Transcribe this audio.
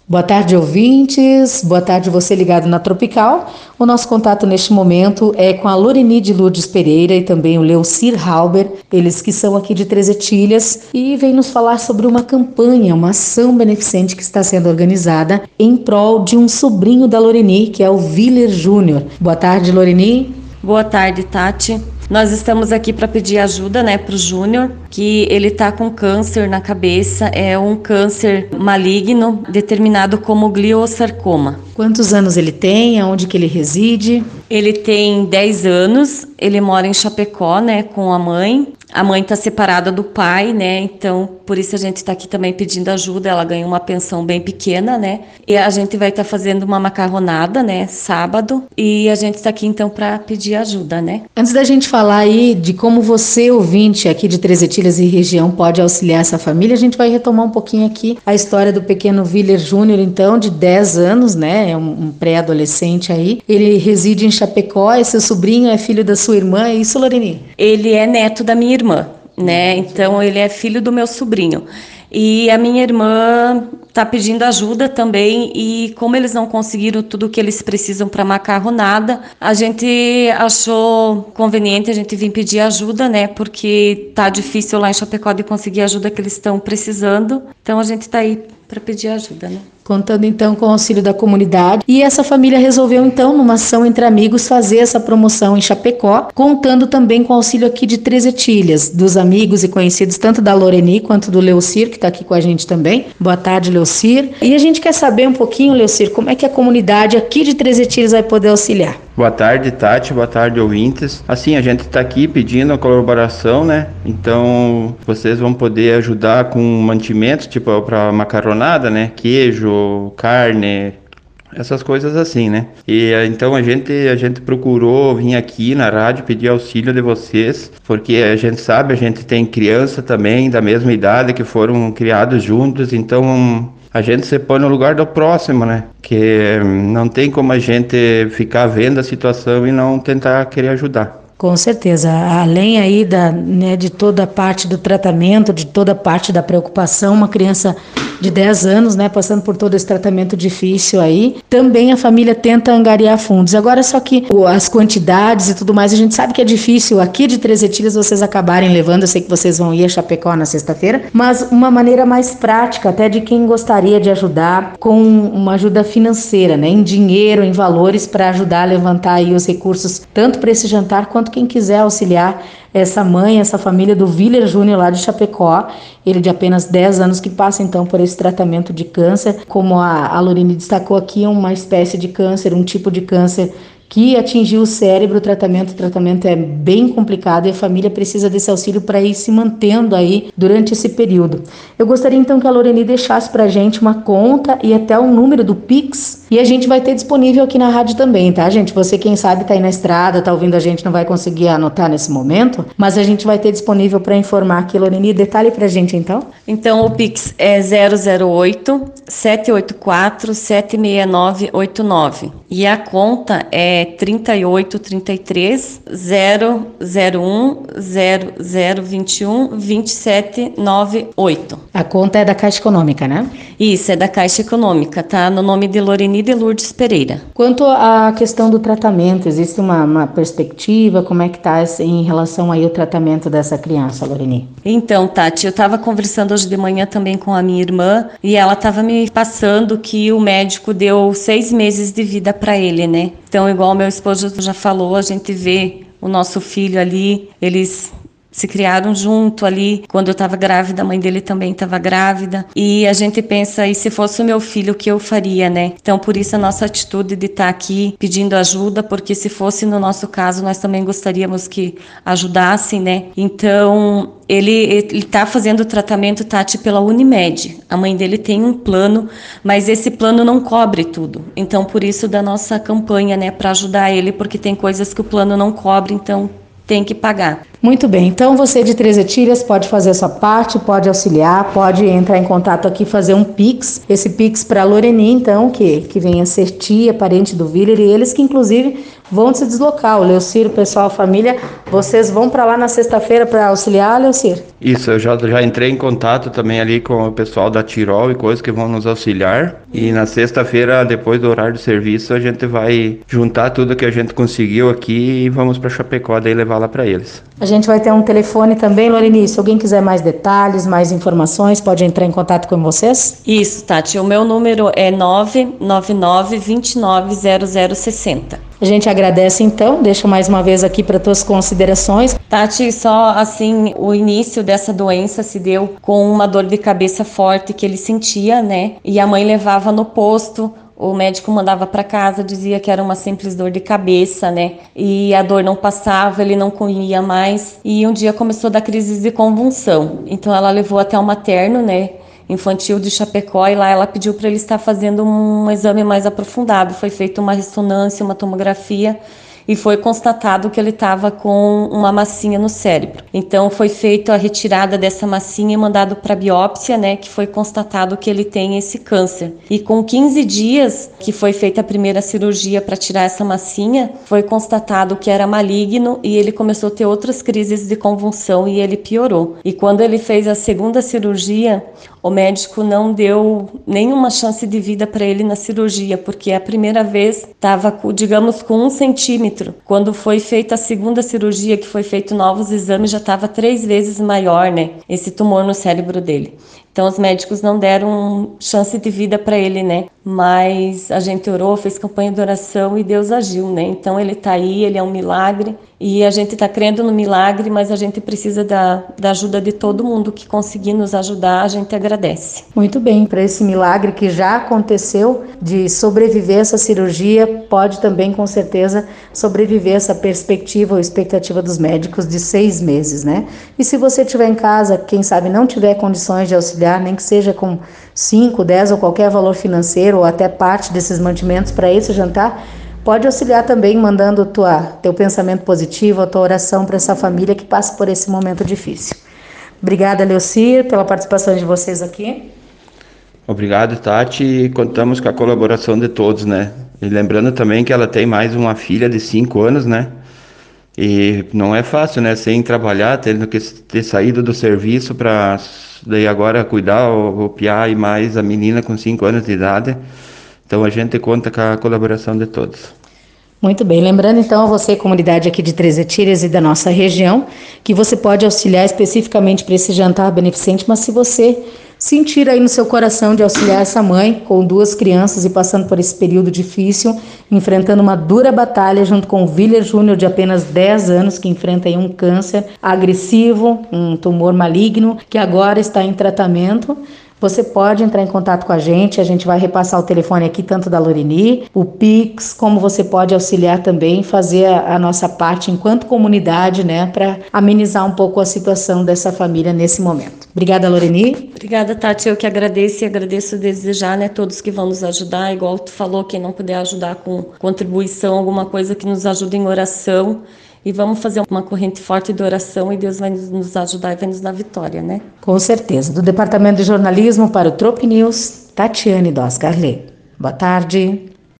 Boa tarde, ouvintes. Boa tarde, você ligado na Tropical. O nosso contato neste momento é com a Loreni de Lourdes Pereira e também o Leucir Halber, eles que são aqui de Três Etilhas e vêm nos falar sobre uma campanha, uma ação beneficente que está sendo organizada em prol de um sobrinho da Loreni, que é o Willer Júnior. Boa tarde, Loreni. Boa tarde, Tati. Nós estamos aqui para pedir ajuda, para o Júnior, que ele está com câncer na cabeça, é um câncer maligno, determinado como gliosarcoma. Quantos anos ele tem? Aonde que ele reside? Ele tem 10 anos, ele mora em Chapecó, com a mãe. A mãe está separada do pai, então por isso a gente está aqui também pedindo ajuda. Ela ganha uma pensão bem pequena, e a gente vai estar fazendo uma macarronada, sábado, e a gente está aqui então para pedir ajuda, Antes da gente falar aí de como você, ouvinte aqui de Três Etilhas e região, pode auxiliar essa família, a gente vai retomar um pouquinho aqui a história do pequeno Willer Júnior, então, de 10 anos, é um pré-adolescente aí. Ele reside em Chapecó, e seu sobrinho é filho da sua irmã, é isso, Loreni? Ele é neto da minha irmã, Então ele é filho do meu sobrinho. E a minha irmã está pedindo ajuda também, e como eles não conseguiram tudo o que eles precisam para macarronada, a gente achou conveniente a gente vir pedir ajuda, porque tá difícil lá em Chapecó de conseguir a ajuda que eles estão precisando. Então a gente está aí para pedir ajuda, Contando então com o auxílio da comunidade. E essa família resolveu então, numa ação entre amigos, fazer essa promoção em Chapecó, contando também com o auxílio aqui de Três Etilhas, dos amigos e conhecidos tanto da Loreni quanto do Leucir, que está aqui com a gente também. Boa tarde, Leucir. E a gente quer saber um pouquinho, Leucir, como é que a comunidade aqui de Três Etilhas vai poder auxiliar? Boa tarde, Tati. Boa tarde, ouvintes. Assim, a gente está aqui pedindo a colaboração, Então, vocês vão poder ajudar com mantimentos, tipo para macarronada, Queijo, carne, essas coisas assim, E então a gente procurou vir aqui na rádio pedir auxílio de vocês, porque a gente sabe, a gente tem criança também da mesma idade que foram criados juntos, então a gente se põe no lugar do próximo, Que não tem como a gente ficar vendo a situação e não tentar querer ajudar. Com certeza, além aí de toda a parte do tratamento, de toda a parte da preocupação, uma criança de 10 anos, passando por todo esse tratamento difícil aí, também a família tenta angariar fundos. Agora, só que as quantidades e tudo mais, a gente sabe que é difícil aqui de Três Etilhas vocês acabarem levando, eu sei que vocês vão ir a Chapecó na sexta-feira, mas uma maneira mais prática, até de quem gostaria de ajudar com uma ajuda financeira, em dinheiro, em valores, para ajudar a levantar aí os recursos, tanto para esse jantar quanto quem quiser auxiliar essa mãe, essa família do Willer Júnior lá de Chapecó, ele de apenas 10 anos que passa então por esse tratamento de câncer, como a Lorene destacou aqui, é uma espécie de câncer, um tipo de câncer que atingiu o cérebro. O tratamento é bem complicado e a família precisa desse auxílio para ir se mantendo aí durante esse período. Eu gostaria então que a Loreni deixasse para a gente uma conta e até o número do Pix, e a gente vai ter disponível aqui na rádio também, tá, gente? Você, quem sabe, está aí na estrada, está ouvindo a gente, não vai conseguir anotar nesse momento, mas a gente vai ter disponível para informar aqui. Loreni, detalhe para a gente então. Então o Pix é 008 784 76989 e a conta é 3833 001 0021 2798. A conta é da Caixa Econômica, né? Isso, é da Caixa Econômica, tá? No nome de Loreni de Lourdes Pereira. Quanto à questão do tratamento, existe uma perspectiva? Como é que está em relação aí ao tratamento dessa criança, Loreni? Então, Tati, eu estava conversando hoje de manhã também com a minha irmã e ela estava me passando que o médico deu 6 meses de vida para ele, Então, igual meu esposo já falou, a gente vê o nosso filho ali, eles se criaram junto ali. Quando eu estava grávida, a mãe dele também estava grávida. E a gente pensa, e se fosse o meu filho, o que eu faria, Então, por isso a nossa atitude de estar aqui pedindo ajuda, porque se fosse no nosso caso, nós também gostaríamos que ajudassem, Então, ele está fazendo o tratamento, Tati, pela Unimed. A mãe dele tem um plano, mas esse plano não cobre tudo. Então, por isso da nossa campanha, para ajudar ele, porque tem coisas que o plano não cobre, então tem que pagar. Muito bem, então você de Três Etilhas pode fazer a sua parte, pode auxiliar, pode entrar em contato aqui, fazer um Pix, esse Pix para a Loreni, então, que vem a ser tia, parente do Willer, e eles que inclusive vão se deslocar, o Leocir, o pessoal, a família, vocês vão para lá na sexta-feira para auxiliar, Leocir? Isso, eu já entrei em contato também ali com o pessoal da Tirol e coisas que vão nos auxiliar, e na sexta-feira, depois do horário de serviço, a gente vai juntar tudo que a gente conseguiu aqui e vamos para Chapecó daí levar lá para eles. A gente vai ter um telefone também, Loreni, se alguém quiser mais detalhes, mais informações, pode entrar em contato com vocês? Isso, Tati, o meu número é 999-290060. A gente agradece então, deixa mais uma vez aqui para tuas considerações. Tati, só assim, o início dessa doença se deu com uma dor de cabeça forte que ele sentia, né? E a mãe levava no posto, o médico mandava para casa, dizia que era uma simples dor de cabeça, né? E a dor não passava, ele não comia mais. E um dia começou a dar crises de convulsão. Então ela levou até o materno, né? Infantil de Chapecó, e lá ela pediu para ele estar fazendo um exame mais aprofundado. Foi feita uma ressonância, uma tomografia, e foi constatado que ele estava com uma massinha no cérebro. Então foi feita a retirada dessa massinha e mandado para biópsia, né, que foi constatado que ele tem esse câncer. E com 15 dias que foi feita a primeira cirurgia para tirar essa massinha, foi constatado que era maligno e ele começou a ter outras crises de convulsão e ele piorou. E quando ele fez a segunda cirurgia, o médico não deu nenhuma chance de vida para ele na cirurgia, porque a primeira vez estava, digamos, com 1 centímetro. Quando foi feita a segunda cirurgia, que foi feito novos exames, já estava 3 vezes maior, né? Esse tumor no cérebro dele. Então os médicos não deram chance de vida para ele, né? Mas a gente orou, fez campanha de oração e Deus agiu, né? Então ele está aí, ele é um milagre e a gente está crendo no milagre, mas a gente precisa da ajuda de todo mundo que conseguir nos ajudar, a gente agradece. Muito bem, para esse milagre que já aconteceu de sobreviver essa cirurgia, pode também com certeza sobreviver essa perspectiva ou expectativa dos médicos de 6 meses, né? E se você estiver em casa, quem sabe não tiver condições de auxiliar, nem que seja com 5, 10 ou qualquer valor financeiro ou até parte desses mantimentos para esse jantar, pode auxiliar também mandando teu pensamento positivo, a tua oração para essa família que passa por esse momento difícil. Obrigada, Leocir, pela participação de vocês aqui. Obrigado, Tati, e contamos com a colaboração de todos, né? E lembrando também que ela tem mais uma filha de 5 anos, né? E não é fácil, né? Sem trabalhar, tendo que ter saído do serviço para daí agora cuidar o piá e mais a menina com 5 anos de idade. Então a gente conta com a colaboração de todos. Muito bem, lembrando então a você, comunidade aqui de Três Etilhas e da nossa região, que você pode auxiliar especificamente para esse jantar beneficente, mas se você sentir aí no seu coração de auxiliar essa mãe com 2 crianças e passando por esse período difícil, enfrentando uma dura batalha junto com o Willer Júnior de apenas 10 anos, que enfrenta aí um câncer agressivo, um tumor maligno, que agora está em tratamento, você pode entrar em contato com a gente vai repassar o telefone aqui, tanto da Loreni, o Pix, como você pode auxiliar também, fazer a nossa parte enquanto comunidade, né, para amenizar um pouco a situação dessa família nesse momento. Obrigada, Loreni. Obrigada, Tati, eu que agradeço e agradeço desejar, né, todos que vão nos ajudar, igual tu falou, quem não puder ajudar com contribuição, alguma coisa que nos ajude em oração. E vamos fazer uma corrente forte de oração e Deus vai nos ajudar e vai nos dar vitória, né? Com certeza. Do Departamento de Jornalismo para o Trop News, Tatiane Doscarlet. Boa tarde.